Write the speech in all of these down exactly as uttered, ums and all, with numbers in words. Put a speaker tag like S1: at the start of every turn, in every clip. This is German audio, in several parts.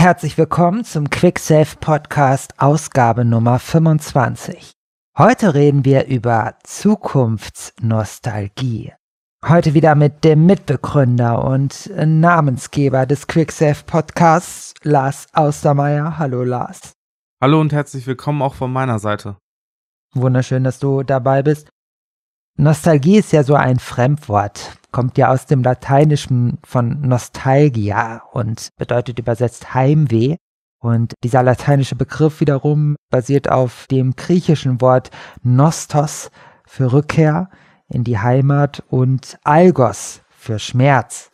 S1: herzlich willkommen zum QuickSave Podcast Ausgabe Nummer fünfundzwanzig. Heute reden wir über Zukunftsnostalgie. Heute wieder mit dem Mitbegründer und Namensgeber des QuickSave Podcasts, Lars Austermeier. Hallo Lars.
S2: Hallo und herzlich willkommen auch von meiner Seite.
S1: Wunderschön, dass du dabei bist. Nostalgie ist ja so ein Fremdwort, kommt ja aus dem Lateinischen von Nostalgia und bedeutet übersetzt Heimweh. Und dieser lateinische Begriff wiederum basiert auf dem griechischen Wort Nostos für Rückkehr in die Heimat und Algos für Schmerz.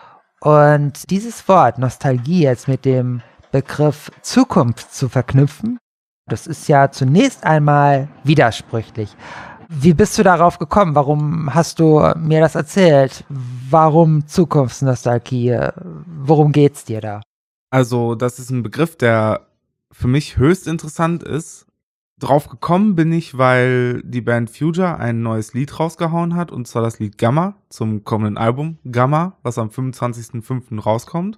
S1: Und dieses Wort Nostalgie jetzt mit dem Begriff Zukunft zu verknüpfen, das ist ja zunächst einmal widersprüchlich. Wie bist du darauf gekommen? Warum hast du mir das erzählt? Warum Zukunftsnostalgie? Worum geht's dir da?
S2: Also, das ist ein Begriff, der für mich höchst interessant ist. Drauf gekommen bin ich, weil die Band Future ein neues Lied rausgehauen hat, und zwar das Lied Gamma zum kommenden Album Gamma, was am fünfundzwanzigsten fünften rauskommt.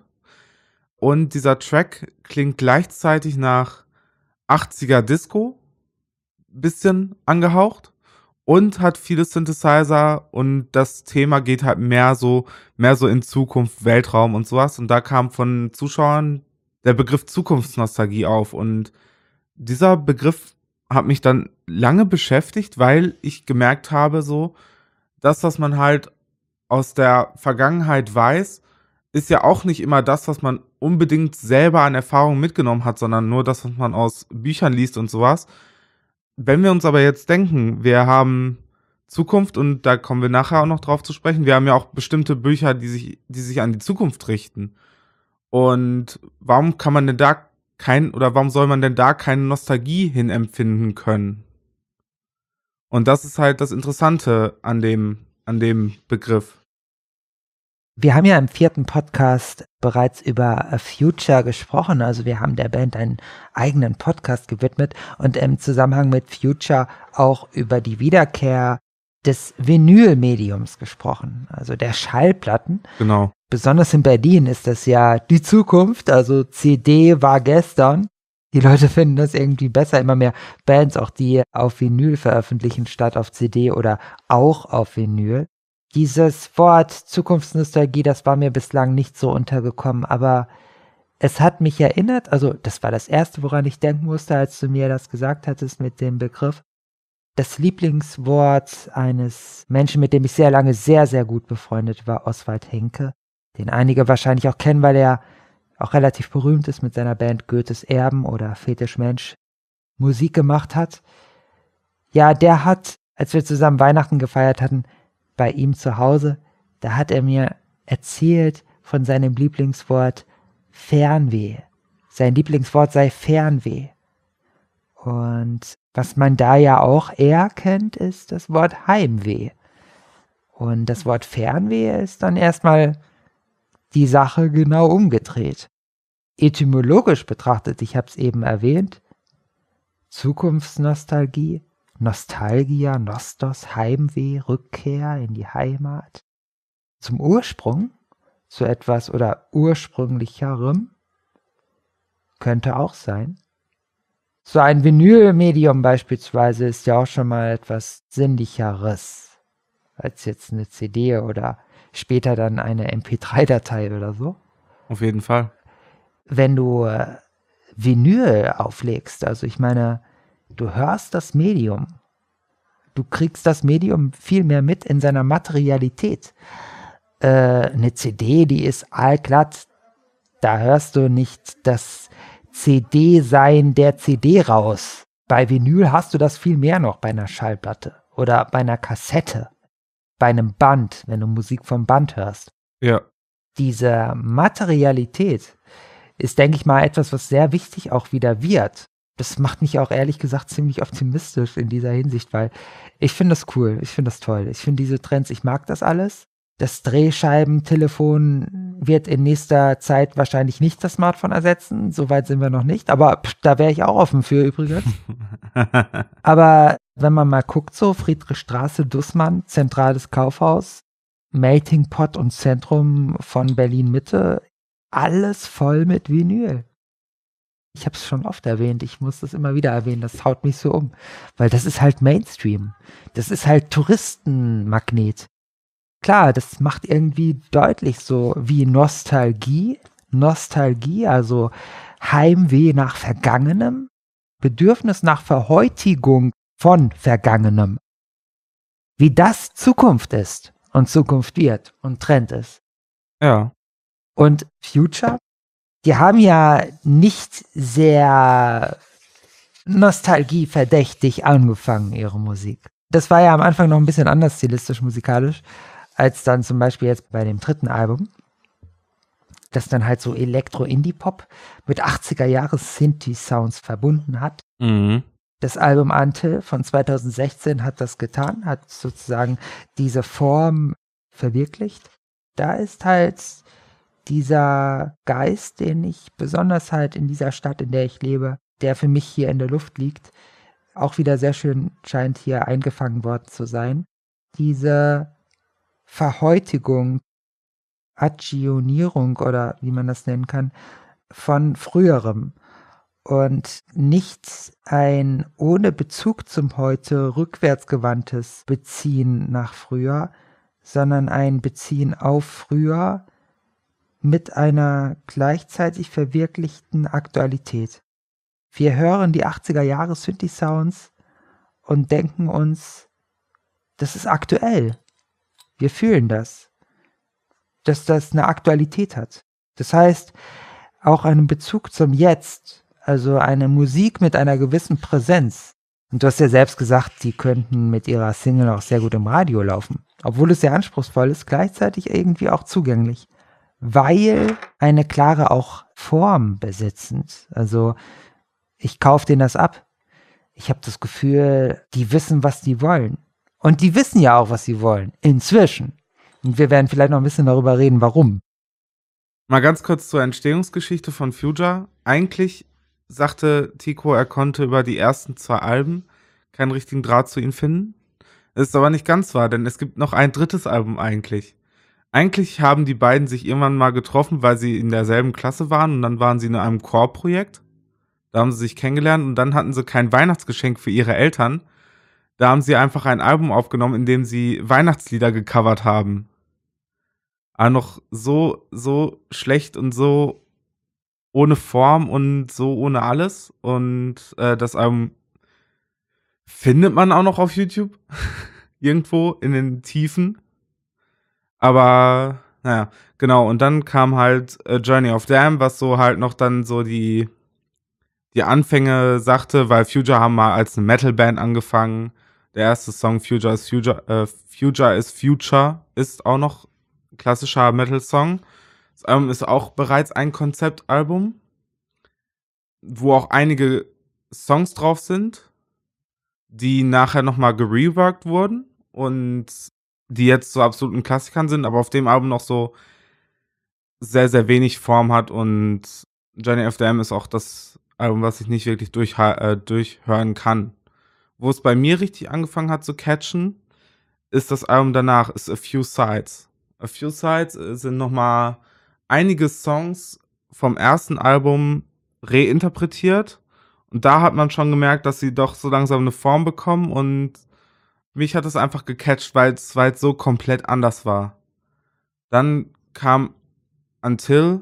S2: Und dieser Track klingt gleichzeitig nach achtziger Disco, bisschen angehaucht, und hat viele Synthesizer, und das Thema geht halt mehr so, mehr so in Zukunft, Weltraum und sowas. Und da kam von Zuschauern der Begriff Zukunftsnostalgie auf. Und dieser Begriff hat mich dann lange beschäftigt, weil ich gemerkt habe, so, das, was man halt aus der Vergangenheit weiß, ist ja auch nicht immer das, was man unbedingt selber an Erfahrungen mitgenommen hat, sondern nur das, was man aus Büchern liest und sowas. Wenn wir uns aber jetzt denken, wir haben Zukunft, und da kommen wir nachher auch noch drauf zu sprechen, wir haben ja auch bestimmte Bücher, die sich, die sich an die Zukunft richten. Und warum kann man denn da kein, oder warum soll man denn da keine Nostalgie hin empfinden können? Und das ist halt das Interessante an dem, an dem Begriff.
S1: Wir haben ja im vierten Podcast bereits über Future gesprochen, also wir haben der Band einen eigenen Podcast gewidmet und im Zusammenhang mit Future auch über die Wiederkehr des Vinylmediums gesprochen, also der Schallplatten.
S2: Genau.
S1: Besonders in Berlin ist das ja die Zukunft, also C D war gestern. Die Leute finden das irgendwie besser, immer mehr Bands, auch die auf Vinyl veröffentlichen statt auf C D oder auch auf Vinyl. Dieses Wort Zukunftsnostalgie, das war mir bislang nicht so untergekommen, aber es hat mich erinnert, also das war das Erste, woran ich denken musste, als du mir das gesagt hattest mit dem Begriff. Das Lieblingswort eines Menschen, mit dem ich sehr lange sehr, sehr gut befreundet war, Oswald Henke, den einige wahrscheinlich auch kennen, weil er auch relativ berühmt ist mit seiner Band Goethes Erben oder Fetischmensch Musik gemacht hat. Ja, der hat, als wir zusammen Weihnachten gefeiert hatten, bei ihm zu Hause, da hat er mir erzählt von seinem Lieblingswort Fernweh. Sein Lieblingswort sei Fernweh. Und was man da ja auch eher kennt, ist das Wort Heimweh. Und das Wort Fernweh ist dann erstmal die Sache genau umgedreht. Etymologisch betrachtet, ich habe es eben erwähnt, Zukunftsnostalgie, Nostalgia, Nostos, Heimweh, Rückkehr in die Heimat. Zum Ursprung, zu etwas oder ursprünglicherem, könnte auch sein. So ein Vinylmedium beispielsweise ist ja auch schon mal etwas Sinnlicheres als jetzt eine C D oder später dann eine M P drei Datei oder so.
S2: Auf jeden Fall.
S1: Wenn du äh, Vinyl auflegst, also ich meine, du hörst das Medium. Du kriegst das Medium viel mehr mit in seiner Materialität. Äh, eine C D, die ist allglatt. Da hörst du nicht das C D-Sein der C D raus. Bei Vinyl hast du das viel mehr noch bei einer Schallplatte oder bei einer Kassette, bei einem Band, wenn du Musik vom Band hörst.
S2: Ja.
S1: Diese Materialität ist, denke ich mal, etwas, was sehr wichtig auch wieder wird. Das macht mich auch ehrlich gesagt ziemlich optimistisch in dieser Hinsicht, weil ich finde das cool, ich finde das toll. Ich finde diese Trends, ich mag das alles. Das Drehscheibentelefon wird in nächster Zeit wahrscheinlich nicht das Smartphone ersetzen, soweit sind wir noch nicht, aber pff, da wäre ich auch offen für übrigens. Aber wenn man mal guckt, so Friedrichstraße, Dussmann, zentrales Kaufhaus, Melting Pot und Zentrum von Berlin-Mitte, alles voll mit Vinyl. Ich habe es schon oft erwähnt, ich muss das immer wieder erwähnen, das haut mich so um. Weil das ist halt Mainstream. Das ist halt Touristenmagnet. Klar, das macht irgendwie deutlich so wie Nostalgie. Nostalgie, also Heimweh nach Vergangenem. Bedürfnis nach Verhäutigung von Vergangenem. Wie das Zukunft ist und Zukunft wird und Trend ist.
S2: Ja.
S1: Und Future, die haben ja nicht sehr nostalgieverdächtig angefangen, ihre Musik. Das war ja am Anfang noch ein bisschen anders stilistisch musikalisch, als dann zum Beispiel jetzt bei dem dritten Album, das dann halt so Elektro-Indie-Pop mit achtziger-Jahres-Synthi-Sounds verbunden hat.
S2: Mhm.
S1: Das Album Until von zweitausendsechzehn hat das getan, hat sozusagen diese Form verwirklicht. Da ist halt dieser Geist, den ich besonders halt in dieser Stadt, in der ich lebe, der für mich hier in der Luft liegt, auch wieder sehr schön scheint hier eingefangen worden zu sein. Diese Verhäutigung, Agionierung oder wie man das nennen kann, von Früherem. Und nicht ein ohne Bezug zum Heute rückwärtsgewandtes Beziehen nach früher, sondern ein Beziehen auf früher mit einer gleichzeitig verwirklichten Aktualität. Wir hören die achtziger-Jahre-Synthi-Sounds und denken uns, das ist aktuell. Wir fühlen das, dass das eine Aktualität hat. Das heißt, auch einen Bezug zum Jetzt, also eine Musik mit einer gewissen Präsenz. Und du hast ja selbst gesagt, die könnten mit ihrer Single auch sehr gut im Radio laufen. Obwohl es sehr anspruchsvoll ist, gleichzeitig irgendwie auch zugänglich. Weil eine klare auch Form besitzend. Also ich kaufe denen das ab. Ich habe das Gefühl, die wissen, was die wollen. Und die wissen ja auch, was sie wollen. Inzwischen. Und wir werden vielleicht noch ein bisschen darüber reden, warum.
S2: Mal ganz kurz zur Entstehungsgeschichte von Future. Eigentlich sagte Tico, er konnte über die ersten zwei Alben keinen richtigen Draht zu ihnen finden. Das ist aber nicht ganz wahr, denn es gibt noch ein drittes Album eigentlich. Eigentlich haben die beiden sich irgendwann mal getroffen, weil sie in derselben Klasse waren und dann waren sie in einem Chorprojekt. Da haben sie sich kennengelernt und dann hatten sie kein Weihnachtsgeschenk für ihre Eltern. Da haben sie einfach ein Album aufgenommen, in dem sie Weihnachtslieder gecovert haben. Aber noch so, so schlecht und so ohne Form und so ohne alles. Und äh, das Album findet man auch noch auf YouTube. Irgendwo in den Tiefen. Aber, naja, genau. Und dann kam halt äh, Journey of Damn, was so halt noch dann so die, die Anfänge sagte, weil Future haben mal als eine Metal-Band angefangen. Der erste Song, Future is Future, äh, Future is Future, ist auch noch ein klassischer Metal-Song. Das Album ist auch bereits ein Konzeptalbum, wo auch einige Songs drauf sind, die nachher nochmal gereworked wurden und die jetzt zu absoluten Klassikern sind, aber auf dem Album noch so sehr, sehr wenig Form hat. Und Journey of Damn ist auch das Album, was ich nicht wirklich durch, äh, durchhören kann. Wo es bei mir richtig angefangen hat zu catchen, ist das Album danach, ist A Few Sides. A Few Sides sind nochmal einige Songs vom ersten Album reinterpretiert. Und da hat man schon gemerkt, dass sie doch so langsam eine Form bekommen. Und mich hat es einfach gecatcht, weil es weil es so komplett anders war. Dann kam Until.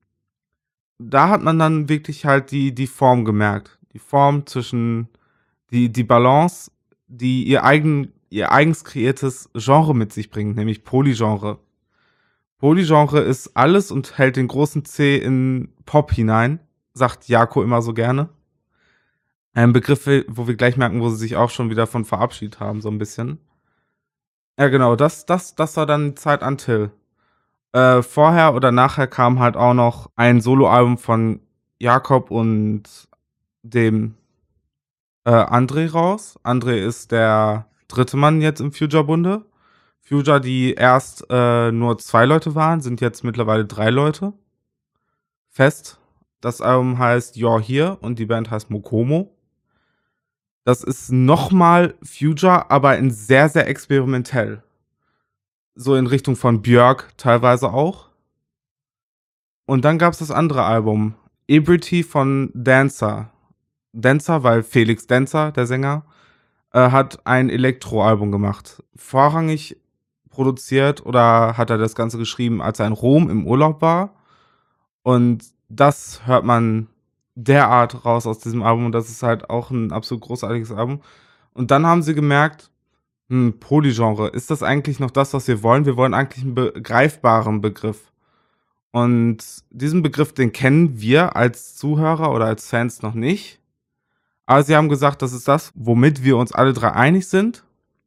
S2: Da hat man dann wirklich halt die, die Form gemerkt. Die Form zwischen die, die Balance, die ihr, eigen, ihr eigens kreiertes Genre mit sich bringt, nämlich Polygenre. Polygenre ist alles und hält den großen C in Pop hinein, sagt Jako immer so gerne. Ein Begriff, wo wir gleich merken, wo sie sich auch schon wieder von verabschiedet haben, so ein bisschen. Ja, genau, das, das, das war dann die Zeit Until. Äh, vorher oder nachher kam halt auch noch ein Soloalbum von Jakob und dem äh, André raus. André ist der dritte Mann jetzt im Future-Bunde. Future, die erst äh, nur zwei Leute waren, sind jetzt mittlerweile drei Leute. Fest. Das Album heißt You're Here und die Band heißt Mokomo. Das ist nochmal Future, aber in sehr, sehr experimentell. So in Richtung von Björk teilweise auch. Und dann gab es das andere Album, Ebrity von Dancer. Dancer, weil Felix Dancer, der Sänger, äh, hat ein Elektroalbum gemacht. Vorrangig produziert oder hat er das Ganze geschrieben, als er in Rom im Urlaub war. Und das hört man derart raus aus diesem Album und das ist halt auch ein absolut großartiges Album. Und dann haben sie gemerkt, hm, Polygenre, ist das eigentlich noch das, was wir wollen? Wir wollen eigentlich einen begreifbaren Begriff. Und diesen Begriff, den kennen wir als Zuhörer oder als Fans noch nicht. Aber sie haben gesagt, das ist das, womit wir uns alle drei einig sind,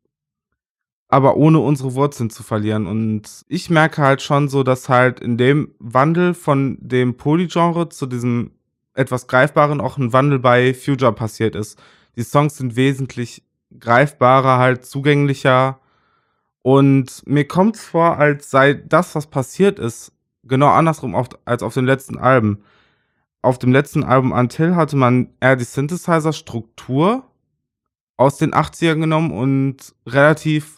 S2: aber ohne unsere Wurzeln zu verlieren. Und ich merke halt schon so, dass halt in dem Wandel von dem Polygenre zu diesem etwas Greifbaren auch ein Wandel bei Future passiert ist. Die Songs sind wesentlich greifbarer, halt zugänglicher. Und mir kommt es vor, als sei das, was passiert ist, genau andersrum auf, als auf den letzten Alben. Auf dem letzten Album Until hatte man eher die Synthesizer-Struktur aus den achtzigern genommen und relativ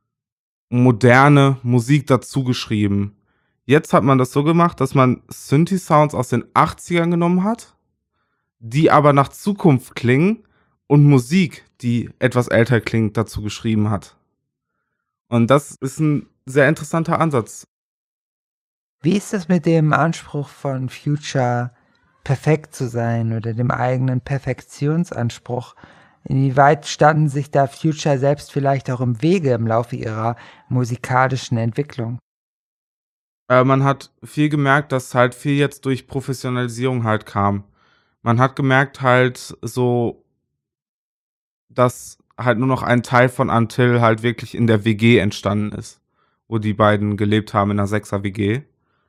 S2: moderne Musik dazu geschrieben. Jetzt hat man das so gemacht, dass man Synthi-Sounds aus den achtzigern genommen hat, die aber nach Zukunft klingen und Musik, die etwas älter klingt, dazu geschrieben hat. Und das ist ein sehr interessanter Ansatz.
S1: Wie ist das mit dem Anspruch von Future, perfekt zu sein oder dem eigenen Perfektionsanspruch? Inwieweit standen sich da Future selbst vielleicht auch im Wege im Laufe ihrer musikalischen Entwicklung?
S2: Äh, man hat viel gemerkt, dass halt viel jetzt durch Professionalisierung halt kam. Man hat gemerkt halt so, dass halt nur noch ein Teil von Until halt wirklich in der W G entstanden ist, wo die beiden gelebt haben in einer Sechser-W G.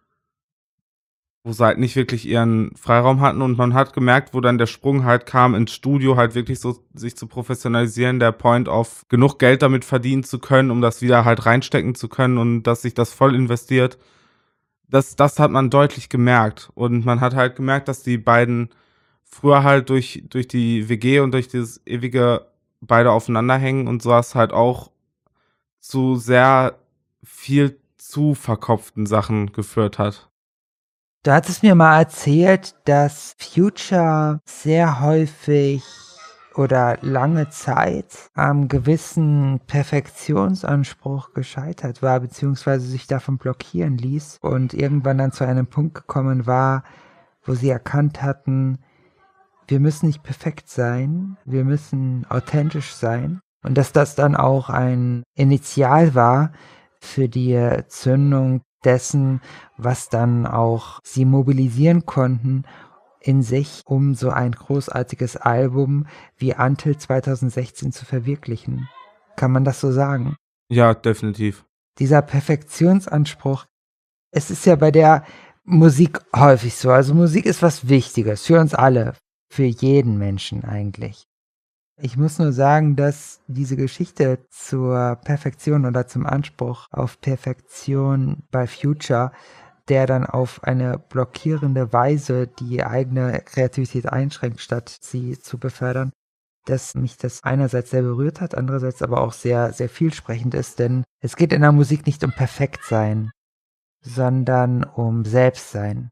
S2: Wo sie halt nicht wirklich ihren Freiraum hatten und man hat gemerkt, wo dann der Sprung halt kam, ins Studio halt wirklich so sich zu professionalisieren, der Point of genug Geld damit verdienen zu können, um das wieder halt reinstecken zu können und dass sich das voll investiert. Das, das hat man deutlich gemerkt und man hat halt gemerkt, dass die beiden früher halt durch, durch die W G und durch dieses ewige beide aufeinanderhängen und sowas halt auch zu sehr viel zu verkopften Sachen geführt hat.
S1: Du hattest mir mal erzählt, dass Future sehr häufig oder lange Zeit am gewissen Perfektionsanspruch gescheitert war, beziehungsweise sich davon blockieren ließ und irgendwann dann zu einem Punkt gekommen war, wo sie erkannt hatten, wir müssen nicht perfekt sein, wir müssen authentisch sein und dass das dann auch ein Initial war für die Zündung dessen, was dann auch sie mobilisieren konnten in sich, um so ein großartiges Album wie Until zwanzig sechzehn zu verwirklichen. Kann man das so sagen?
S2: Ja, definitiv.
S1: Dieser Perfektionsanspruch, es ist ja bei der Musik häufig so, also Musik ist was Wichtiges für uns alle, für jeden Menschen eigentlich. Ich muss nur sagen, dass diese Geschichte zur Perfektion oder zum Anspruch auf Perfektion bei Future, der dann auf eine blockierende Weise die eigene Kreativität einschränkt, statt sie zu befördern, dass mich das einerseits sehr berührt hat, andererseits aber auch sehr, sehr vielsprechend ist, denn es geht in der Musik nicht um Perfektsein, sondern um Selbstsein.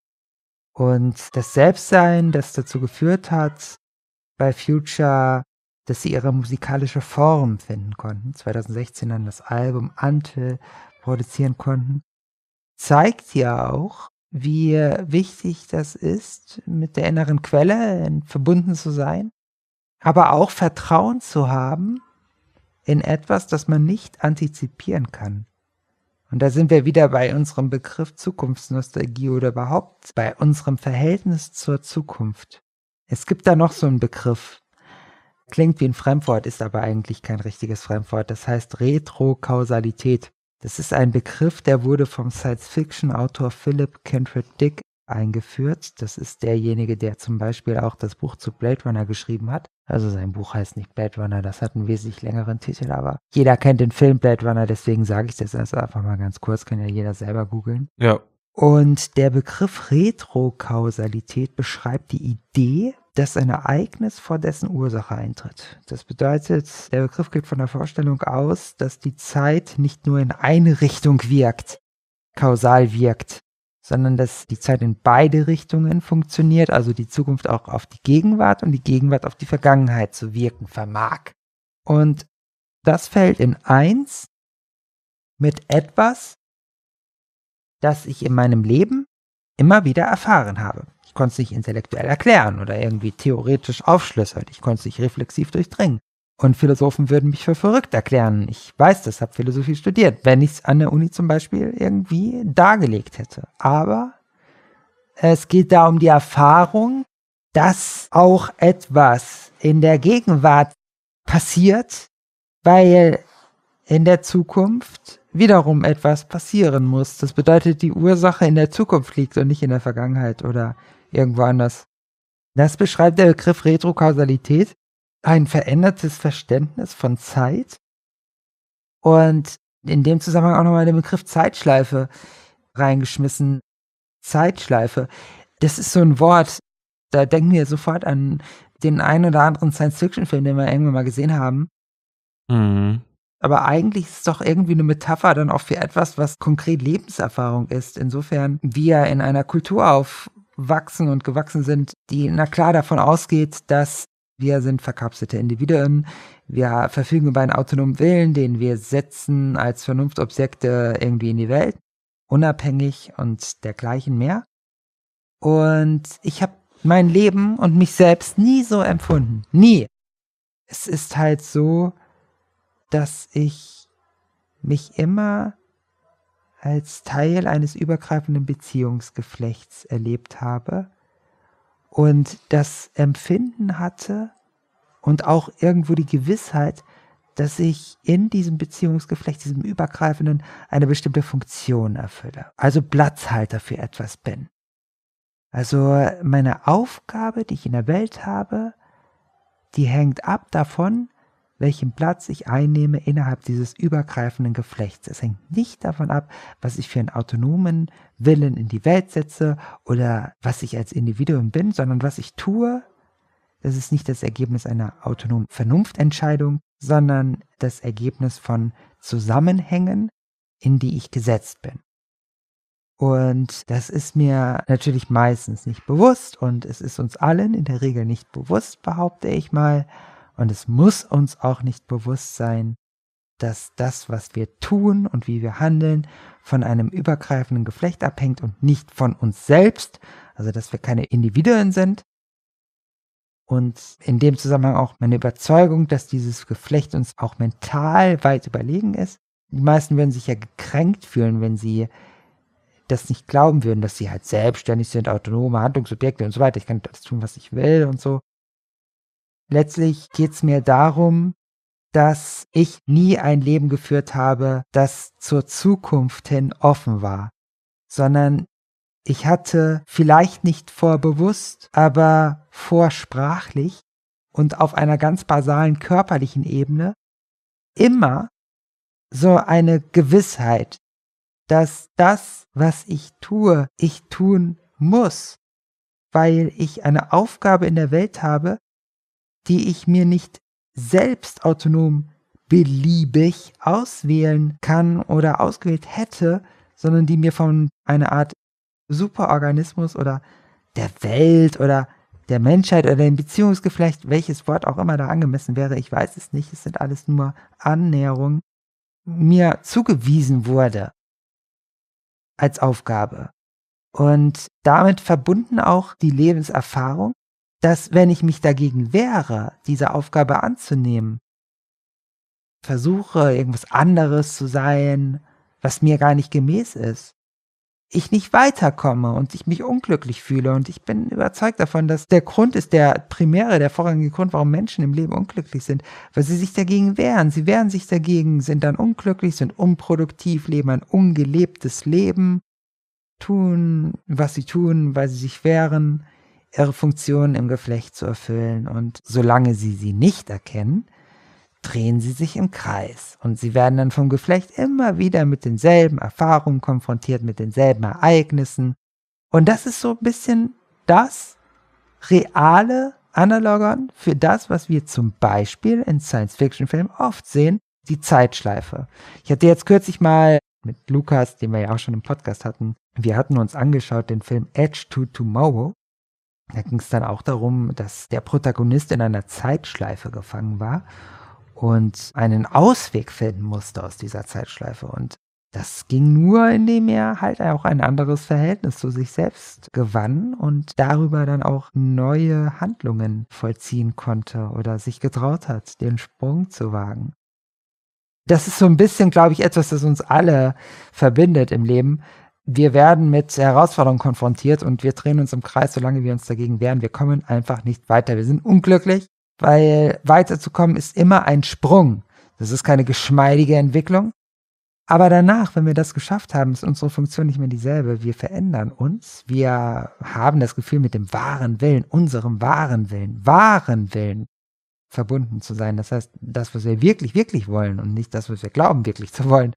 S1: Und das Selbstsein, das dazu geführt hat, bei Future, dass sie ihre musikalische Form finden konnten, zwanzig sechzehn dann das Album Until produzieren konnten, zeigt ja auch, wie wichtig das ist, mit der inneren Quelle verbunden zu sein, aber auch Vertrauen zu haben in etwas, das man nicht antizipieren kann. Und da sind wir wieder bei unserem Begriff Zukunftsnostalgie oder überhaupt bei unserem Verhältnis zur Zukunft. Es gibt da noch so einen Begriff, klingt wie ein Fremdwort, ist aber eigentlich kein richtiges Fremdwort, das heißt Retrokausalität. Das ist ein Begriff, der wurde vom Science-Fiction-Autor Philip K. Dick eingeführt. Das ist derjenige, der zum Beispiel auch das Buch zu Blade Runner geschrieben hat. Also sein Buch heißt nicht Blade Runner, das hat einen wesentlich längeren Titel, aber jeder kennt den Film Blade Runner, deswegen sage ich das also einfach mal ganz kurz, kann ja jeder selber googeln.
S2: Ja.
S1: Und der Begriff Retrokausalität beschreibt die Idee, dass ein Ereignis vor dessen Ursache eintritt. Das bedeutet, der Begriff geht von der Vorstellung aus, dass die Zeit nicht nur in eine Richtung wirkt, kausal wirkt, sondern dass die Zeit in beide Richtungen funktioniert, also die Zukunft auch auf die Gegenwart und die Gegenwart auf die Vergangenheit zu wirken vermag. Und das fällt in eins mit etwas, das ich in meinem Leben immer wieder erfahren habe. Ich konnte es nicht intellektuell erklären oder irgendwie theoretisch aufschlüsseln. Ich konnte es nicht reflexiv durchdringen. Und Philosophen würden mich für verrückt erklären. Ich weiß das, habe Philosophie studiert, wenn ich es an der Uni zum Beispiel irgendwie dargelegt hätte. Aber es geht da um die Erfahrung, dass auch etwas in der Gegenwart passiert, weil in der Zukunft wiederum etwas passieren muss. Das bedeutet, die Ursache in der Zukunft liegt und nicht in der Vergangenheit oder irgendwo anders. Das beschreibt der Begriff Retrokausalität, ein verändertes Verständnis von Zeit und in dem Zusammenhang auch nochmal den Begriff Zeitschleife reingeschmissen. Zeitschleife, das ist so ein Wort, da denken wir sofort an den einen oder anderen Science-Fiction-Film, den wir irgendwann mal gesehen haben.
S2: Mhm.
S1: Aber eigentlich ist es doch irgendwie eine Metapher dann auch für etwas, was konkret Lebenserfahrung ist. Insofern wir in einer Kultur aufwachsen und gewachsen sind, die na klar davon ausgeht, dass wir sind verkapselte Individuen, wir verfügen über einen autonomen Willen, den wir setzen als Vernunftobjekte irgendwie in die Welt, unabhängig und dergleichen mehr. Und ich habe mein Leben und mich selbst nie so empfunden. Nie. Es ist halt so, dass ich mich immer als Teil eines übergreifenden Beziehungsgeflechts erlebt habe und das Empfinden hatte und auch irgendwo die Gewissheit, dass ich in diesem Beziehungsgeflecht, diesem übergreifenden, eine bestimmte Funktion erfülle. Also Platzhalter für etwas bin. Also meine Aufgabe, die ich in der Welt habe, die hängt ab davon, welchen Platz ich einnehme innerhalb dieses übergreifenden Geflechts. Es hängt nicht davon ab, was ich für einen autonomen Willen in die Welt setze oder was ich als Individuum bin, sondern was ich tue, das ist nicht das Ergebnis einer autonomen Vernunftentscheidung, sondern das Ergebnis von Zusammenhängen, in die ich gesetzt bin. Und das ist mir natürlich meistens nicht bewusst und es ist uns allen in der Regel nicht bewusst, behaupte ich mal. Und es muss uns auch nicht bewusst sein, dass das, was wir tun und wie wir handeln, von einem übergreifenden Geflecht abhängt und nicht von uns selbst, also dass wir keine Individuen sind. Und in dem Zusammenhang auch meine Überzeugung, dass dieses Geflecht uns auch mental weit überlegen ist. Die meisten würden sich ja gekränkt fühlen, wenn sie das nicht glauben würden, dass sie halt selbstständig sind, autonome Handlungsobjekte und so weiter. Ich kann das tun, was ich will und so. Letztlich geht es mir darum, dass ich nie ein Leben geführt habe, das zur Zukunft hin offen war, sondern ich hatte vielleicht nicht vorbewusst, aber vorsprachlich und auf einer ganz basalen körperlichen Ebene immer so eine Gewissheit, dass das, was ich tue, ich tun muss, weil ich eine Aufgabe in der Welt habe, die ich mir nicht selbst autonom beliebig auswählen kann oder ausgewählt hätte, sondern die mir von einer Art Superorganismus oder der Welt oder der Menschheit oder dem Beziehungsgeflecht, welches Wort auch immer da angemessen wäre, ich weiß es nicht, es sind alles nur Annäherungen, mir zugewiesen wurde als Aufgabe. Und damit verbunden auch die Lebenserfahrung, dass wenn ich mich dagegen wehre, diese Aufgabe anzunehmen, versuche, irgendwas anderes zu sein, was mir gar nicht gemäß ist, ich nicht weiterkomme und ich mich unglücklich fühle. Und ich bin überzeugt davon, dass der Grund ist, der primäre, der vorrangige Grund, warum Menschen im Leben unglücklich sind, weil sie sich dagegen wehren. Sie wehren sich dagegen, sind dann unglücklich, sind unproduktiv, leben ein ungelebtes Leben, tun, was sie tun, weil sie sich wehren, ihre Funktion im Geflecht zu erfüllen. Und solange sie sie nicht erkennen, drehen sie sich im Kreis. Und sie werden dann vom Geflecht immer wieder mit denselben Erfahrungen konfrontiert, mit denselben Ereignissen. Und das ist so ein bisschen das reale Analogon für das, was wir zum Beispiel in Science-Fiction-Filmen oft sehen, die Zeitschleife. Ich hatte jetzt kürzlich mal mit Lukas, den wir ja auch schon im Podcast hatten. Wir hatten uns angeschaut den Film Edge to Tomorrow. Da ging es dann auch darum, dass der Protagonist in einer Zeitschleife gefangen war und einen Ausweg finden musste aus dieser Zeitschleife. Und das ging nur, indem er halt auch ein anderes Verhältnis zu sich selbst gewann und darüber dann auch neue Handlungen vollziehen konnte oder sich getraut hat, den Sprung zu wagen. Das ist so ein bisschen, glaube ich, etwas, das uns alle verbindet im Leben. Wir werden mit Herausforderungen konfrontiert und wir drehen uns im Kreis, solange wir uns dagegen wehren. Wir kommen einfach nicht weiter. Wir sind unglücklich, weil weiterzukommen ist immer ein Sprung. Das ist keine geschmeidige Entwicklung. Aber danach, wenn wir das geschafft haben, ist unsere Funktion nicht mehr dieselbe. Wir verändern uns. Wir haben das Gefühl, mit dem wahren Willen, unserem wahren Willen, wahren Willen verbunden zu sein. Das heißt, das, was wir wirklich, wirklich wollen und nicht das, was wir glauben, wirklich zu wollen.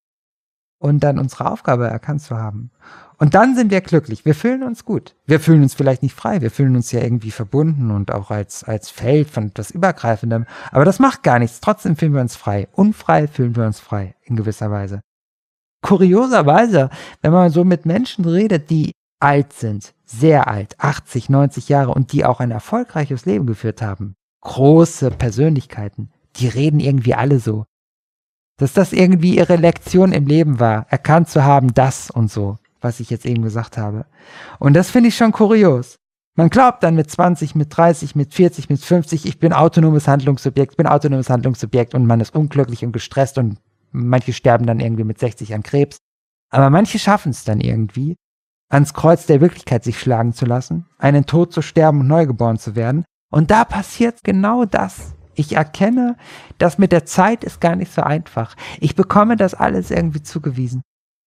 S1: Und dann unsere Aufgabe erkannt zu haben. Und dann sind wir glücklich. Wir fühlen uns gut. Wir fühlen uns vielleicht nicht frei. Wir fühlen uns ja irgendwie verbunden und auch als, als Feld von etwas Übergreifendem. Aber das macht gar nichts. Trotzdem fühlen wir uns frei. Unfrei fühlen wir uns frei. In gewisser Weise. Kurioserweise, wenn man so mit Menschen redet, die alt sind, sehr alt, achtzig, neunzig Jahre und die auch ein erfolgreiches Leben geführt haben, große Persönlichkeiten, die reden irgendwie alle so. Dass das irgendwie ihre Lektion im Leben war, erkannt zu haben, das und so, was ich jetzt eben gesagt habe. Und das finde ich schon kurios. Man glaubt dann mit zwanzig, mit dreißig, mit vierzig, mit fünfzig, ich bin autonomes Handlungssubjekt, ich bin autonomes Handlungssubjekt und man ist unglücklich und gestresst und manche sterben dann irgendwie mit sechzig an Krebs. Aber manche schaffen es dann irgendwie, ans Kreuz der Wirklichkeit sich schlagen zu lassen, einen Tod zu sterben und neu geboren zu werden. Und da passiert genau das. Ich erkenne, das mit der Zeit ist gar nicht so einfach. Ich bekomme das alles irgendwie zugewiesen.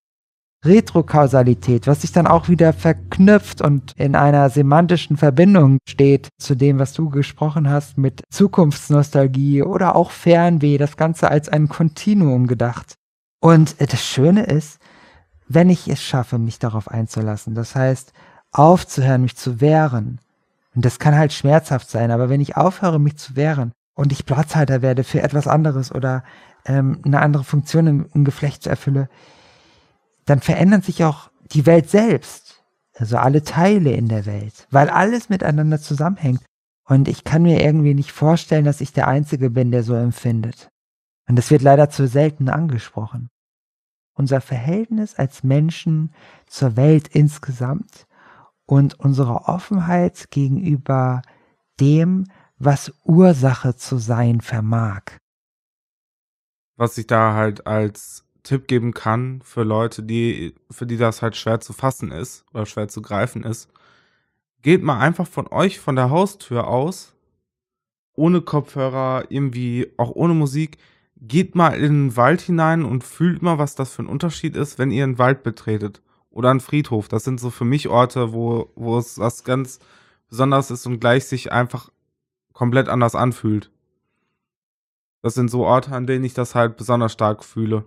S1: Retrokausalität, was sich dann auch wieder verknüpft und in einer semantischen Verbindung steht zu dem, was du gesprochen hast, mit Zukunftsnostalgie oder auch Fernweh, das Ganze als ein Kontinuum gedacht. Und das Schöne ist, wenn ich es schaffe, mich darauf einzulassen, das heißt, aufzuhören, mich zu wehren, und das kann halt schmerzhaft sein, aber wenn ich aufhöre, mich zu wehren, und ich Platzhalter werde für etwas anderes oder ähm, eine andere Funktion im, im Geflecht erfülle, dann verändert sich auch die Welt selbst. Also alle Teile in der Welt, weil alles miteinander zusammenhängt. Und ich kann mir irgendwie nicht vorstellen, dass ich der Einzige bin, der so empfindet. Und das wird leider zu selten angesprochen. Unser Verhältnis als Menschen zur Welt insgesamt und unsere Offenheit gegenüber dem, was Ursache zu sein vermag.
S2: Was ich da halt als Tipp geben kann für Leute, die, für die das halt schwer zu fassen ist oder schwer zu greifen ist, geht mal einfach von euch von der Haustür aus, ohne Kopfhörer, irgendwie auch ohne Musik, geht mal in den Wald hinein und fühlt mal, was das für ein Unterschied ist, wenn ihr einen Wald betretet oder einen Friedhof. Das sind so für mich Orte, wo, wo es was ganz Besonderes ist und gleich sich einfach komplett anders anfühlt. Das sind so Orte, an denen ich das halt besonders stark fühle.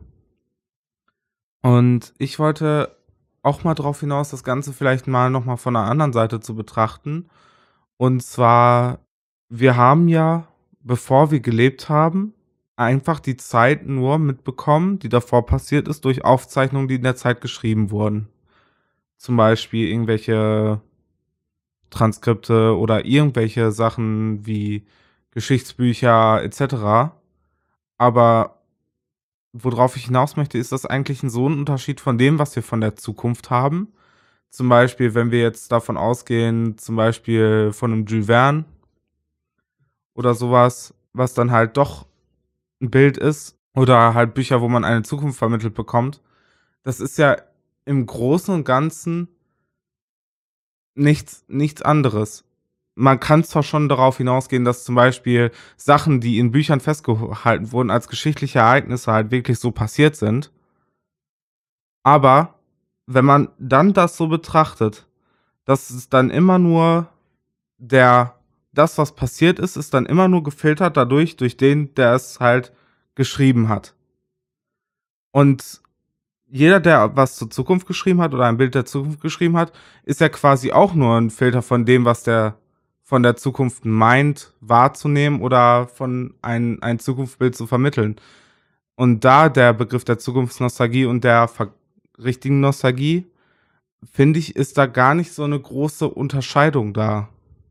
S2: Und ich wollte auch mal drauf hinaus, das Ganze vielleicht mal nochmal von einer anderen Seite zu betrachten. Und zwar, wir haben ja, bevor wir gelebt haben, einfach die Zeit nur mitbekommen, die davor passiert ist, durch Aufzeichnungen, die in der Zeit geschrieben wurden. Zum Beispiel irgendwelche Transkripte oder irgendwelche Sachen wie Geschichtsbücher et cetera. Aber worauf ich hinaus möchte, ist das eigentlich ein so ein Unterschied von dem, was wir von der Zukunft haben. Zum Beispiel, wenn wir jetzt davon ausgehen, zum Beispiel von einem Jules Verne oder sowas, was dann halt doch ein Bild ist oder halt Bücher, wo man eine Zukunft vermittelt bekommt. Das ist ja im Großen und Ganzen nichts, nichts anderes. Man kann zwar schon darauf hinausgehen, dass zum Beispiel Sachen, die in Büchern festgehalten wurden, als geschichtliche Ereignisse halt wirklich so passiert sind. Aber wenn man dann das so betrachtet, dass es dann immer nur der, das, was passiert ist, ist dann immer nur gefiltert dadurch, durch den, der es halt geschrieben hat. Und jeder, der was zur Zukunft geschrieben hat oder ein Bild der Zukunft geschrieben hat, ist ja quasi auch nur ein Filter von dem, was der von der Zukunft meint, wahrzunehmen oder von ein, ein Zukunftsbild zu vermitteln. Und da der Begriff der Zukunftsnostalgie und der ver- richtigen Nostalgie, finde ich, ist da gar nicht so eine große Unterscheidung da.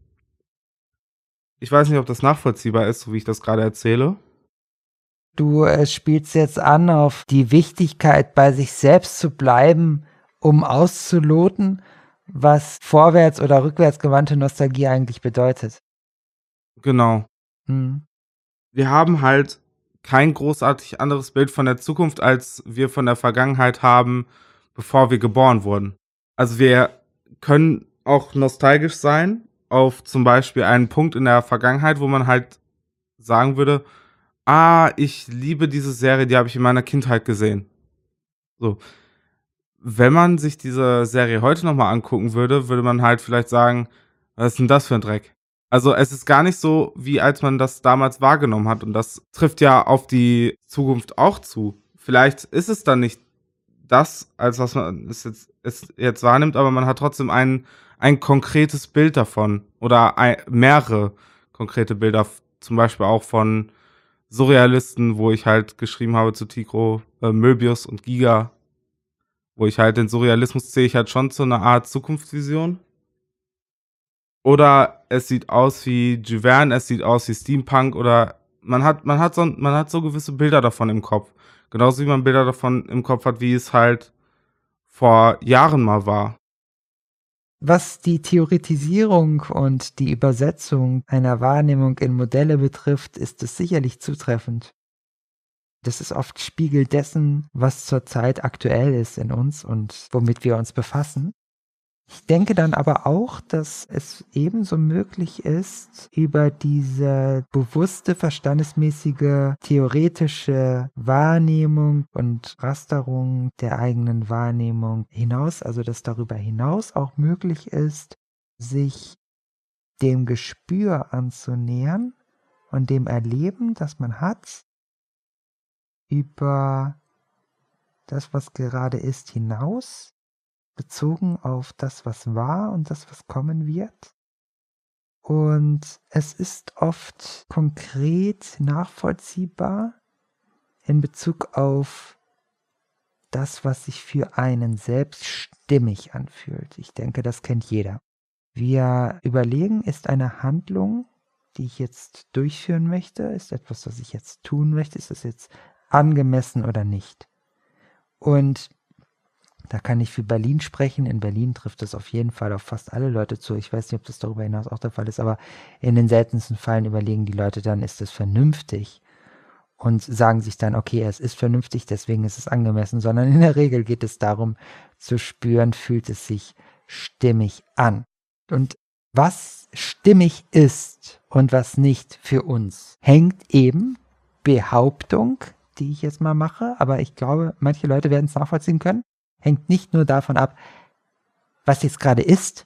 S2: Ich weiß nicht, ob das nachvollziehbar ist, so wie ich das gerade erzähle.
S1: Du äh, spielst jetzt an auf die Wichtigkeit, bei sich selbst zu bleiben, um auszuloten, was vorwärts- oder rückwärtsgewandte Nostalgie eigentlich bedeutet.
S2: Genau.
S1: Hm.
S2: Wir haben halt kein großartig anderes Bild von der Zukunft, als wir von der Vergangenheit haben, bevor wir geboren wurden. Also wir können auch nostalgisch sein auf zum Beispiel einen Punkt in der Vergangenheit, wo man halt sagen würde, ah, ich liebe diese Serie, die habe ich in meiner Kindheit gesehen. So. Wenn man sich diese Serie heute nochmal angucken würde, würde man halt vielleicht sagen, was ist denn das für ein Dreck? Also es ist gar nicht so, wie als man das damals wahrgenommen hat. Und das trifft ja auf die Zukunft auch zu. Vielleicht ist es dann nicht das, als was man es jetzt, es jetzt wahrnimmt, aber man hat trotzdem ein, ein konkretes Bild davon. Oder ein, mehrere konkrete Bilder, f- zum Beispiel auch von Surrealisten, wo ich halt geschrieben habe zu Tycho, äh, Möbius und Giga, wo ich halt den Surrealismus zähle ich halt schon zu einer Art Zukunftsvision. Oder es sieht aus wie Juverne, es sieht aus wie Steampunk oder man hat, man hat so, man hat so gewisse Bilder davon im Kopf. Genauso wie man Bilder davon im Kopf hat, wie es halt vor Jahren mal war.
S1: Was die Theoretisierung und die Übersetzung einer Wahrnehmung in Modelle betrifft, ist es sicherlich zutreffend. Das ist oft Spiegel dessen, was zurzeit aktuell ist in uns und womit wir uns befassen. Ich denke dann aber auch, dass es ebenso möglich ist, über diese bewusste, verstandesmäßige, theoretische Wahrnehmung und Rasterung der eigenen Wahrnehmung hinaus, also dass darüber hinaus auch möglich ist, sich dem Gespür anzunähern und dem Erleben, das man hat, über das, was gerade ist, hinaus, bezogen auf das, was war und das, was kommen wird. Und es ist oft konkret nachvollziehbar in Bezug auf das, was sich für einen selbst stimmig anfühlt. Ich denke, das kennt jeder. Wir überlegen, ist eine Handlung, die ich jetzt durchführen möchte, ist etwas, was ich jetzt tun möchte, ist das jetzt angemessen oder nicht? Und da kann ich für Berlin sprechen. In Berlin trifft das auf jeden Fall auf fast alle Leute zu. Ich weiß nicht, ob das darüber hinaus auch der Fall ist, aber in den seltensten Fällen überlegen die Leute dann, ist es vernünftig? Und sagen sich dann, okay, es ist vernünftig, deswegen ist es angemessen, sondern in der Regel geht es darum, zu spüren, fühlt es sich stimmig an. Und was stimmig ist und was nicht für uns, hängt eben, Behauptung, die ich jetzt mal mache, aber ich glaube, manche Leute werden es nachvollziehen können, hängt nicht nur davon ab, was jetzt gerade ist,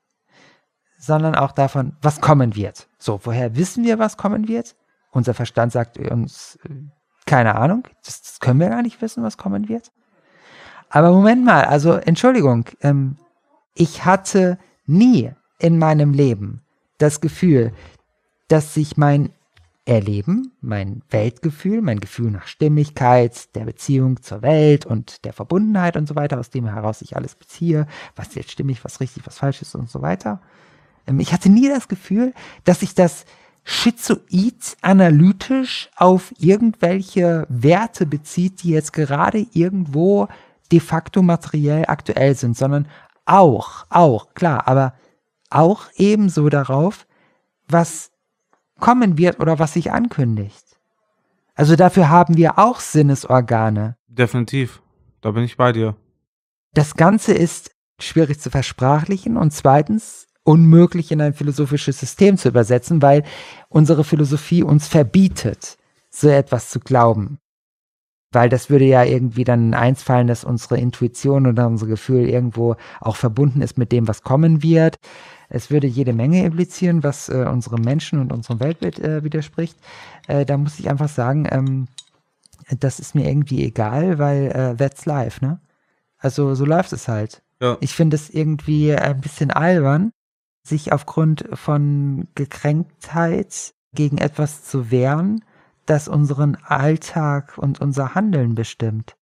S1: sondern auch davon, was kommen wird. So, woher wissen wir, was kommen wird? Unser Verstand sagt uns, äh, keine Ahnung, das, das können wir gar nicht wissen, was kommen wird. Aber Moment mal, also Entschuldigung, ähm, ich hatte nie in meinem Leben das Gefühl, dass sich mein Erleben, mein Weltgefühl, mein Gefühl nach Stimmigkeit, der Beziehung zur Welt und der Verbundenheit und so weiter, aus dem heraus ich alles beziehe, was jetzt stimmig, was richtig, was falsch ist und so weiter. Ähm, ich hatte nie das Gefühl, dass ich das schizoid analytisch auf irgendwelche Werte bezieht, die jetzt gerade irgendwo de facto materiell aktuell sind, sondern auch, auch, klar, aber auch ebenso darauf, was kommen wird oder was sich ankündigt. Also dafür haben wir auch Sinnesorgane.
S2: Definitiv. Da bin ich bei dir.
S1: Das Ganze ist schwierig zu versprachlichen und zweitens unmöglich in ein philosophisches System zu übersetzen, weil unsere Philosophie uns verbietet, so etwas zu glauben. Weil das würde ja irgendwie dann eins fallen, dass unsere Intuition oder unser Gefühl irgendwo auch verbunden ist mit dem, was kommen wird. Es würde jede Menge implizieren, was äh, unserem Menschen und unserem Weltbild äh, widerspricht. Äh, da muss ich einfach sagen, ähm, das ist mir irgendwie egal, weil äh, that's life, ne? Also so läuft es halt.
S2: Ja.
S1: Ich finde es irgendwie ein bisschen albern, sich aufgrund von Gekränktheit gegen etwas zu wehren, das unseren Alltag und unser Handeln bestimmt.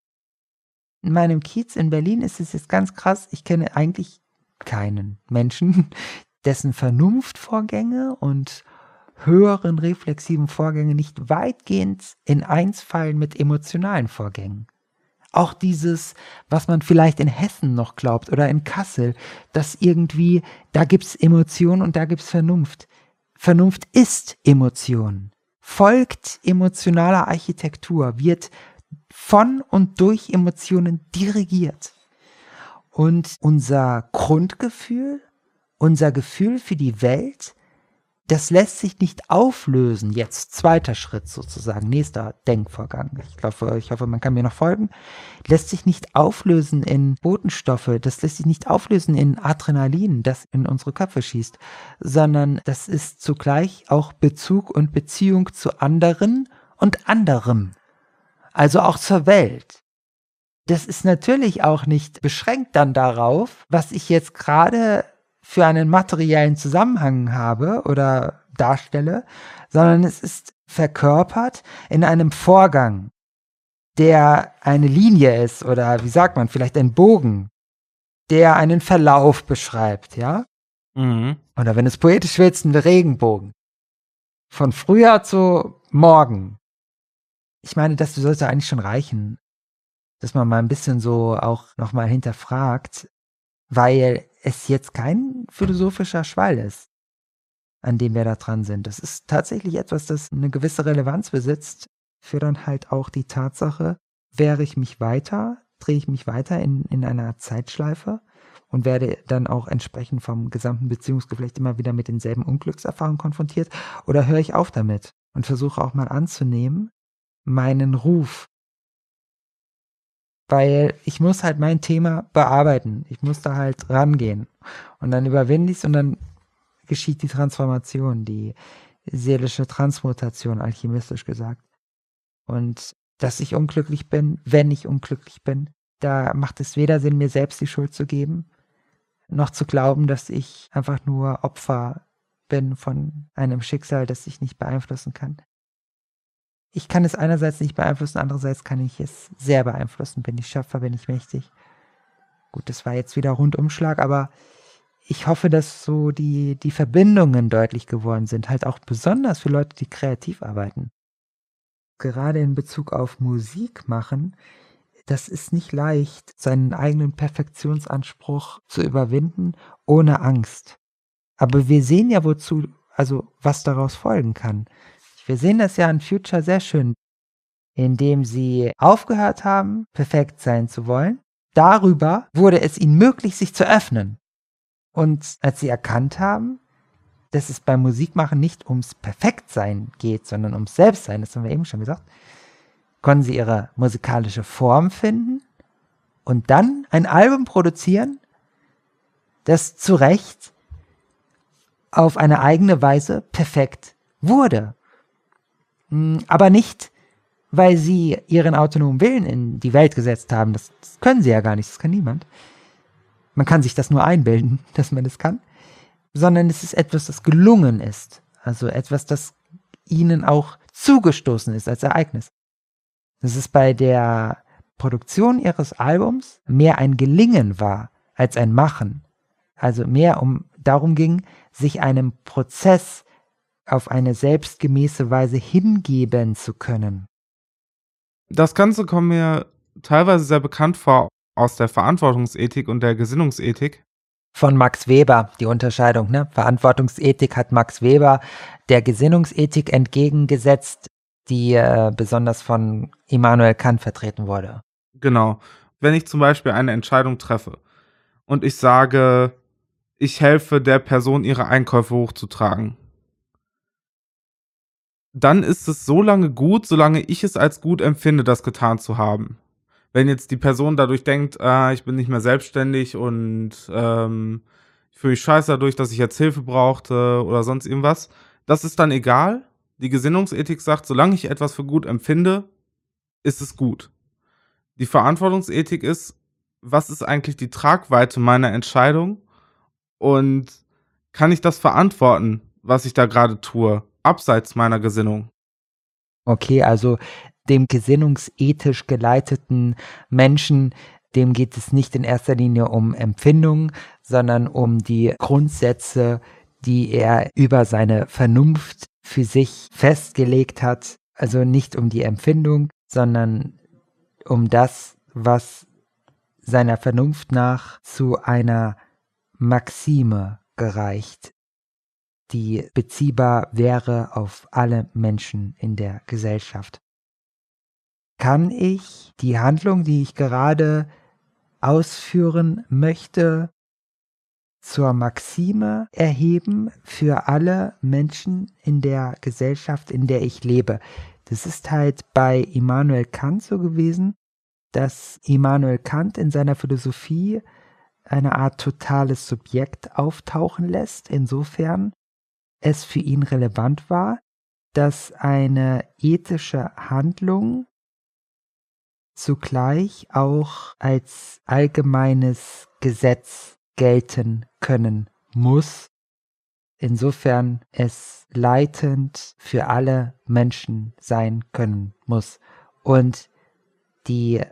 S1: In meinem Kiez in Berlin ist es jetzt ganz krass, ich kenne eigentlich keinen Menschen, dessen Vernunftvorgänge und höheren reflexiven Vorgänge nicht weitgehend in eins fallen mit emotionalen Vorgängen. Auch dieses, was man vielleicht in Hessen noch glaubt oder in Kassel, dass irgendwie, da gibt's Emotion und da gibt's Vernunft. Vernunft ist Emotion, folgt emotionaler Architektur, wird von und durch Emotionen dirigiert. Und unser Grundgefühl, unser Gefühl für die Welt, das lässt sich nicht auflösen. Jetzt zweiter Schritt sozusagen, nächster Denkvorgang. Ich hoffe, ich hoffe, man kann mir noch folgen. Lässt sich nicht auflösen in Botenstoffe, das lässt sich nicht auflösen in Adrenalin, das in unsere Köpfe schießt, sondern das ist zugleich auch Bezug und Beziehung zu anderen und anderem. Also auch zur Welt. Das ist natürlich auch nicht beschränkt dann darauf, was ich jetzt gerade für einen materiellen Zusammenhang habe oder darstelle, sondern es ist verkörpert in einem Vorgang, der eine Linie ist oder wie sagt man, vielleicht ein Bogen, der einen Verlauf beschreibt, ja?
S2: Mhm.
S1: Oder wenn es poetisch willst, ein Regenbogen. Von Frühjahr zu morgen. Ich meine, das sollte eigentlich schon reichen, dass man mal ein bisschen so auch nochmal hinterfragt, weil es jetzt kein philosophischer Schwall ist, an dem wir da dran sind. Das ist tatsächlich etwas, das eine gewisse Relevanz besitzt für dann halt auch die Tatsache, wehre ich mich weiter, drehe ich mich weiter in, in einer Zeitschleife und werde dann auch entsprechend vom gesamten Beziehungsgeflecht immer wieder mit denselben Unglückserfahrungen konfrontiert, oder höre ich auf damit und versuche auch mal anzunehmen, meinen Ruf. Weil ich muss halt mein Thema bearbeiten. Ich muss da halt rangehen. Und dann überwinde ich es und dann geschieht die Transformation, die seelische Transmutation, alchemistisch gesagt. Und dass ich unglücklich bin, wenn ich unglücklich bin, da macht es weder Sinn, mir selbst die Schuld zu geben, noch zu glauben, dass ich einfach nur Opfer bin von einem Schicksal, das ich nicht beeinflussen kann. Ich kann es einerseits nicht beeinflussen, andererseits kann ich es sehr beeinflussen. Bin ich Schöpfer, bin ich mächtig. Gut, das war jetzt wieder Rundumschlag, aber ich hoffe, dass so die, die Verbindungen deutlich geworden sind. Halt auch besonders für Leute, die kreativ arbeiten. Gerade in Bezug auf Musik machen, das ist nicht leicht, seinen eigenen Perfektionsanspruch zu überwinden, ohne Angst. Aber wir sehen ja, wozu, also was daraus folgen kann. Wir sehen das ja an Future sehr schön, indem sie aufgehört haben, perfekt sein zu wollen. Darüber wurde es ihnen möglich, sich zu öffnen. Und als sie erkannt haben, dass es beim Musikmachen nicht ums Perfektsein geht, sondern ums Selbstsein, das haben wir eben schon gesagt, konnten sie ihre musikalische Form finden und dann ein Album produzieren, das zu Recht auf eine eigene Weise perfekt wurde. Aber nicht, weil sie ihren autonomen Willen in die Welt gesetzt haben. Das, das können sie ja gar nicht, das kann niemand. Man kann sich das nur einbilden, dass man das kann. Sondern es ist etwas, das gelungen ist. Also etwas, das ihnen auch zugestoßen ist als Ereignis. Das ist bei der Produktion ihres Albums mehr ein Gelingen war als ein Machen. Also mehr um darum ging, sich einem Prozess auf eine selbstgemäße Weise hingeben zu können.
S2: Das Ganze kommt mir teilweise sehr bekannt vor aus der Verantwortungsethik und der Gesinnungsethik.
S1: Von Max Weber, die Unterscheidung, ne? Verantwortungsethik hat Max Weber der Gesinnungsethik entgegengesetzt, die äh, besonders von Immanuel Kant vertreten wurde.
S2: Genau. Wenn ich zum Beispiel eine Entscheidung treffe und ich sage, ich helfe der Person, ihre Einkäufe hochzutragen, dann ist es so lange gut, solange ich es als gut empfinde, das getan zu haben. Wenn jetzt die Person dadurch denkt, ah, ich bin nicht mehr selbstständig und ähm, ich fühle mich scheiße dadurch, dass ich jetzt Hilfe brauchte oder sonst irgendwas, das ist dann egal. Die Gesinnungsethik sagt, solange ich etwas für gut empfinde, ist es gut. Die Verantwortungsethik ist, was ist eigentlich die Tragweite meiner Entscheidung und kann ich das verantworten, was ich da gerade tue, abseits meiner Gesinnung?
S1: Okay, also dem gesinnungsethisch geleiteten Menschen, dem geht es nicht in erster Linie um Empfindungen, sondern um die Grundsätze, die er über seine Vernunft für sich festgelegt hat. Also nicht um die Empfindung, sondern um das, was seiner Vernunft nach zu einer Maxime gereicht, die beziehbar wäre auf alle Menschen in der Gesellschaft. Kann ich die Handlung, die ich gerade ausführen möchte, zur Maxime erheben für alle Menschen in der Gesellschaft, in der ich lebe? Das ist halt bei Immanuel Kant so gewesen, dass Immanuel Kant in seiner Philosophie eine Art totales Subjekt auftauchen lässt, insofern es für ihn relevant war, dass eine ethische Handlung zugleich auch als allgemeines Gesetz gelten können muss, insofern es leitend für alle Menschen sein können muss. Und die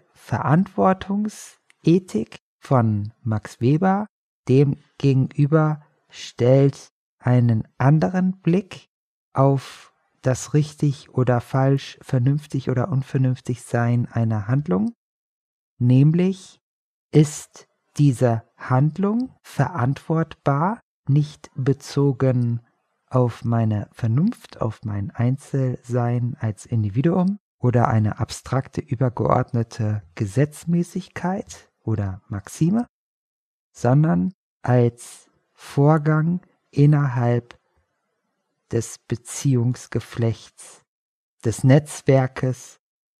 S1: Verantwortungsethik von Max Weber dem gegenüber stellt einen anderen Blick auf das richtig oder falsch, vernünftig oder unvernünftig Sein einer Handlung, nämlich ist diese Handlung verantwortbar, nicht bezogen auf meine Vernunft, auf mein Einzelsein als Individuum oder eine abstrakte übergeordnete Gesetzmäßigkeit oder Maxime, sondern als Vorgang innerhalb des Beziehungsgeflechts, des Netzwerkes,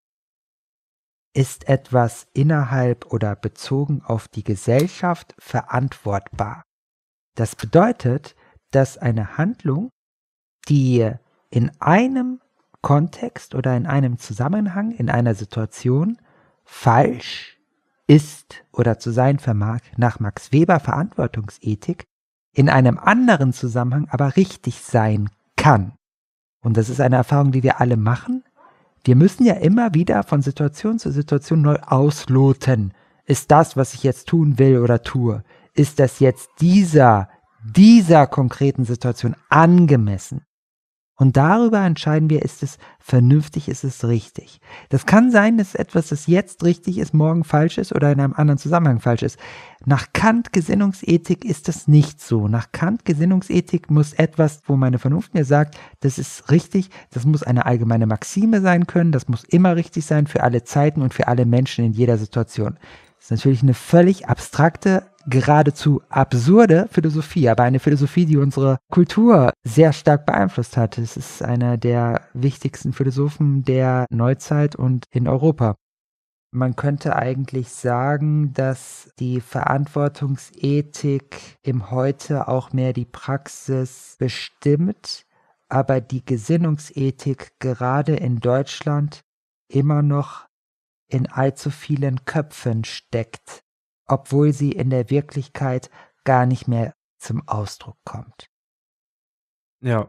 S1: ist etwas innerhalb oder bezogen auf die Gesellschaft verantwortbar. Das bedeutet, dass eine Handlung, die in einem Kontext oder in einem Zusammenhang, in einer Situation falsch ist oder zu sein vermag, nach Max Weber Verantwortungsethik, in einem anderen Zusammenhang aber richtig sein kann. Und das ist eine Erfahrung, die wir alle machen. Wir müssen ja immer wieder von Situation zu Situation neu ausloten. Ist das, was ich jetzt tun will oder tue, ist das jetzt dieser, dieser konkreten Situation angemessen? Und darüber entscheiden wir, ist es vernünftig, ist es richtig. Das kann sein, dass etwas, das jetzt richtig ist, morgen falsch ist oder in einem anderen Zusammenhang falsch ist. Nach Kant Gesinnungsethik ist das nicht so. Nach Kant Gesinnungsethik muss etwas, wo meine Vernunft mir sagt, das ist richtig, das muss eine allgemeine Maxime sein können, das muss immer richtig sein für alle Zeiten und für alle Menschen in jeder Situation. Das ist natürlich eine völlig abstrakte, geradezu absurde Philosophie, aber eine Philosophie, die unsere Kultur sehr stark beeinflusst hat. Es ist einer der wichtigsten Philosophen der Neuzeit und in Europa. Man könnte eigentlich sagen, dass die Verantwortungsethik im Heute auch mehr die Praxis bestimmt, aber die Gesinnungsethik gerade in Deutschland immer noch in allzu vielen Köpfen steckt, obwohl sie in der Wirklichkeit gar nicht mehr zum Ausdruck kommt.
S2: Ja.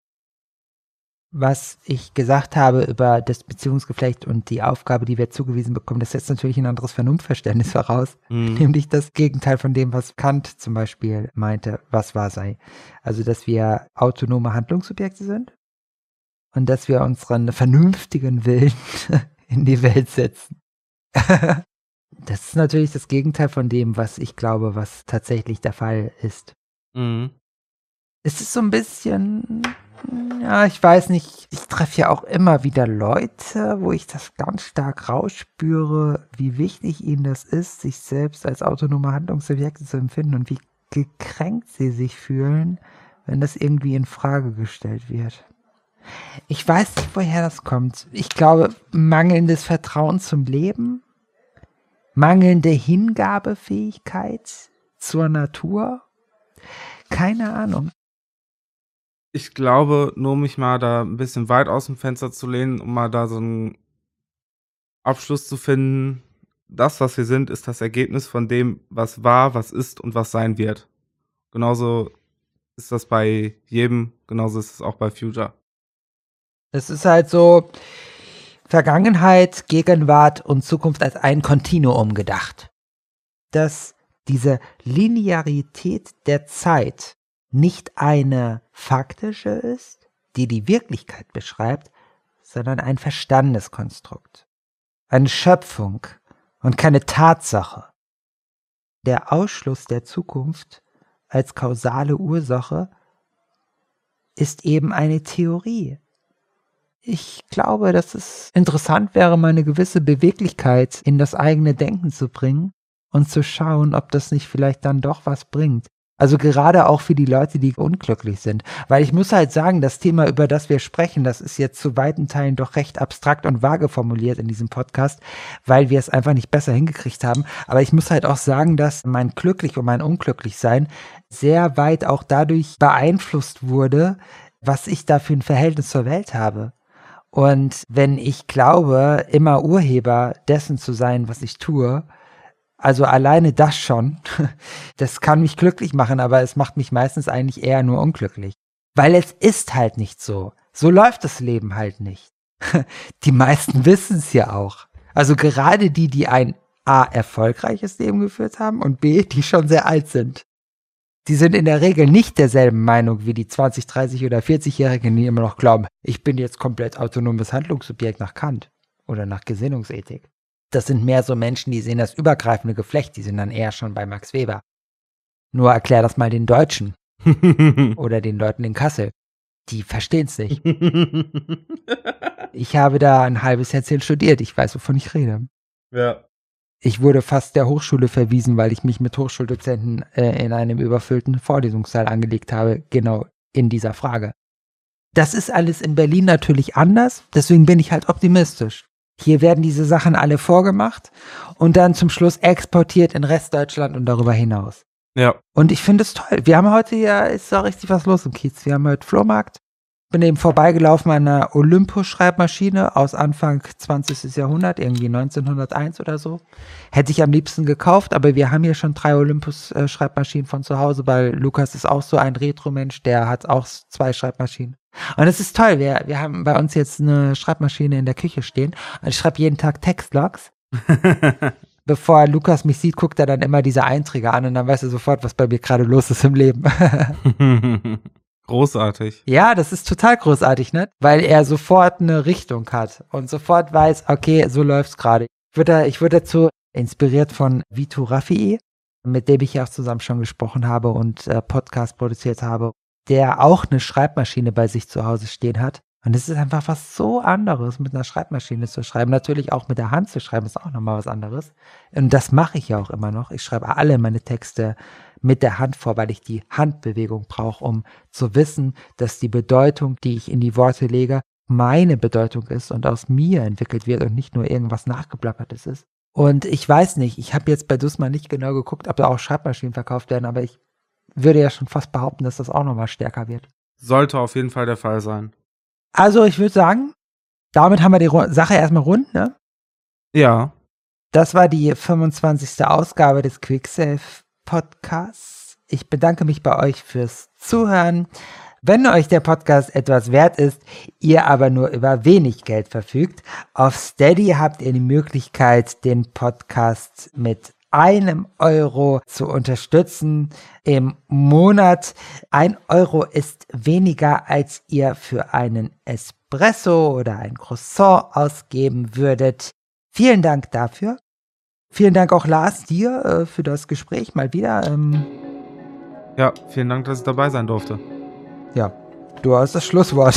S1: Was ich gesagt habe über das Beziehungsgeflecht und die Aufgabe, die wir zugewiesen bekommen, das setzt natürlich ein anderes Vernunftverständnis voraus,
S2: Mhm.
S1: nämlich das Gegenteil von dem, was Kant zum Beispiel meinte, was wahr sei. Also, dass wir autonome Handlungssubjekte sind und dass wir unseren vernünftigen Willen in die Welt setzen. Das ist natürlich das Gegenteil von dem, was ich glaube, was tatsächlich der Fall ist.
S2: Mhm.
S1: Es ist so ein bisschen, ja, ich weiß nicht, ich treffe ja auch immer wieder Leute, wo ich das ganz stark rausspüre, wie wichtig ihnen das ist, sich selbst als autonome Handlungsobjekte zu empfinden und wie gekränkt sie sich fühlen, wenn das irgendwie in Frage gestellt wird. Ich weiß nicht, woher das kommt. Ich glaube, mangelndes Vertrauen zum Leben, mangelnde Hingabefähigkeit zur Natur, keine Ahnung.
S2: Ich glaube, nur um mich mal da ein bisschen weit aus dem Fenster zu lehnen, um mal da so einen Abschluss zu finden. Das, was wir sind, ist das Ergebnis von dem, was war, was ist und was sein wird. Genauso ist das bei jedem, genauso ist es auch bei Future.
S1: Es ist halt so Vergangenheit, Gegenwart und Zukunft als ein Kontinuum gedacht. Dass diese Linearität der Zeit nicht eine faktische ist, die die Wirklichkeit beschreibt, sondern ein Verstandeskonstrukt. Eine Schöpfung und keine Tatsache. Der Ausschluss der Zukunft als kausale Ursache ist eben eine Theorie. Ich glaube, dass es interessant wäre, mal eine gewisse Beweglichkeit in das eigene Denken zu bringen und zu schauen, ob das nicht vielleicht dann doch was bringt. Also gerade auch für die Leute, die unglücklich sind. Weil ich muss halt sagen, das Thema, über das wir sprechen, das ist jetzt zu weiten Teilen doch recht abstrakt und vage formuliert in diesem Podcast, weil wir es einfach nicht besser hingekriegt haben. Aber ich muss halt auch sagen, dass mein Glücklich und mein Unglücklichsein sehr weit auch dadurch beeinflusst wurde, was ich da für ein Verhältnis zur Welt habe. Und wenn ich glaube, immer Urheber dessen zu sein, was ich tue, also alleine das schon, das kann mich glücklich machen, aber es macht mich meistens eigentlich eher nur unglücklich. Weil es ist halt nicht so. So läuft das Leben halt nicht. Die meisten wissen es ja auch. Also gerade die, die ein A, erfolgreiches Leben geführt haben und B, die schon sehr alt sind. Die sind in der Regel nicht derselben Meinung wie die zwanzig-, dreißig- oder vierzig-Jährigen, die immer noch glauben, ich bin jetzt komplett autonomes Handlungssubjekt nach Kant oder nach Gesinnungsethik. Das sind mehr so Menschen, die sehen das übergreifende Geflecht, die sind dann eher schon bei Max Weber. Nur erklär das mal den Deutschen oder den Leuten in Kassel. Die verstehen es nicht. Ich habe da ein halbes Jahrzehnt studiert, ich weiß, wovon ich rede.
S2: Ja.
S1: Ich wurde fast der Hochschule verwiesen, weil ich mich mit Hochschuldozenten äh, in einem überfüllten Vorlesungssaal angelegt habe, genau in dieser Frage. Das ist alles in Berlin natürlich anders, deswegen bin ich halt optimistisch. Hier werden diese Sachen alle vorgemacht und dann zum Schluss exportiert in Restdeutschland und darüber hinaus.
S2: Ja.
S1: Und ich finde es toll. Wir haben heute ja, ist da richtig was los im Kiez. Wir haben heute Flohmarkt. Bin eben vorbeigelaufen an einer Olympus-Schreibmaschine aus Anfang zwanzigsten Jahrhundert, irgendwie neunzehnhunderteins oder so. Hätte ich am liebsten gekauft, aber wir haben hier schon drei Olympus-Schreibmaschinen von zu Hause, weil Lukas ist auch so ein Retro-Mensch, der hat auch zwei Schreibmaschinen. Und es ist toll, wir, wir haben bei uns jetzt eine Schreibmaschine in der Küche stehen und ich schreibe jeden Tag Textlogs. Bevor Lukas mich sieht, guckt er dann immer diese Einträge an und dann weiß er sofort, was bei mir gerade los ist im Leben.
S2: Großartig.
S1: Ja, das ist total großartig, ne? Weil er sofort eine Richtung hat und sofort weiß, okay, so läuft's gerade. Ich wurde, ich wurde dazu inspiriert von Vito Raffi, mit dem ich ja auch zusammen schon gesprochen habe und äh, Podcast produziert habe, der auch eine Schreibmaschine bei sich zu Hause stehen hat. Und es ist einfach was so anderes, mit einer Schreibmaschine zu schreiben. Natürlich auch mit der Hand zu schreiben, ist auch nochmal was anderes. Und das mache ich ja auch immer noch. Ich schreibe alle meine Texte mit der Hand vor, weil ich die Handbewegung brauche, um zu wissen, dass die Bedeutung, die ich in die Worte lege, meine Bedeutung ist und aus mir entwickelt wird und nicht nur irgendwas Nachgeplappertes ist. Und ich weiß nicht, ich habe jetzt bei Dussmann nicht genau geguckt, ob da auch Schreibmaschinen verkauft werden, aber ich würde ja schon fast behaupten, dass das auch nochmal stärker wird.
S2: Sollte auf jeden Fall der Fall sein.
S1: Also ich würde sagen, damit haben wir die Ru- Sache erstmal rund, ne?
S2: Ja.
S1: Das war die fünfundzwanzigste Ausgabe des Quicksave Podcasts. Ich bedanke mich bei euch fürs Zuhören. Wenn euch der Podcast etwas wert ist, ihr aber nur über wenig Geld verfügt, auf Steady habt ihr die Möglichkeit, den Podcast mit einem Euro zu unterstützen im Monat. Ein Euro ist weniger, als ihr für einen Espresso oder ein Croissant ausgeben würdet. Vielen Dank dafür. Vielen Dank auch Lars dir äh, für das Gespräch mal wieder. Ähm,
S2: Ja, vielen Dank, dass ich dabei sein durfte.
S1: ja, du hast das Schlusswort.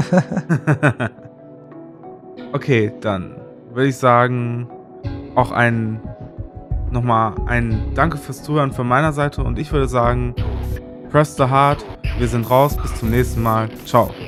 S2: Okay, dann würde ich sagen, auch ein nochmal ein Danke fürs Zuhören von meiner Seite und ich würde sagen, press the heart, wir sind raus, bis zum nächsten Mal, ciao.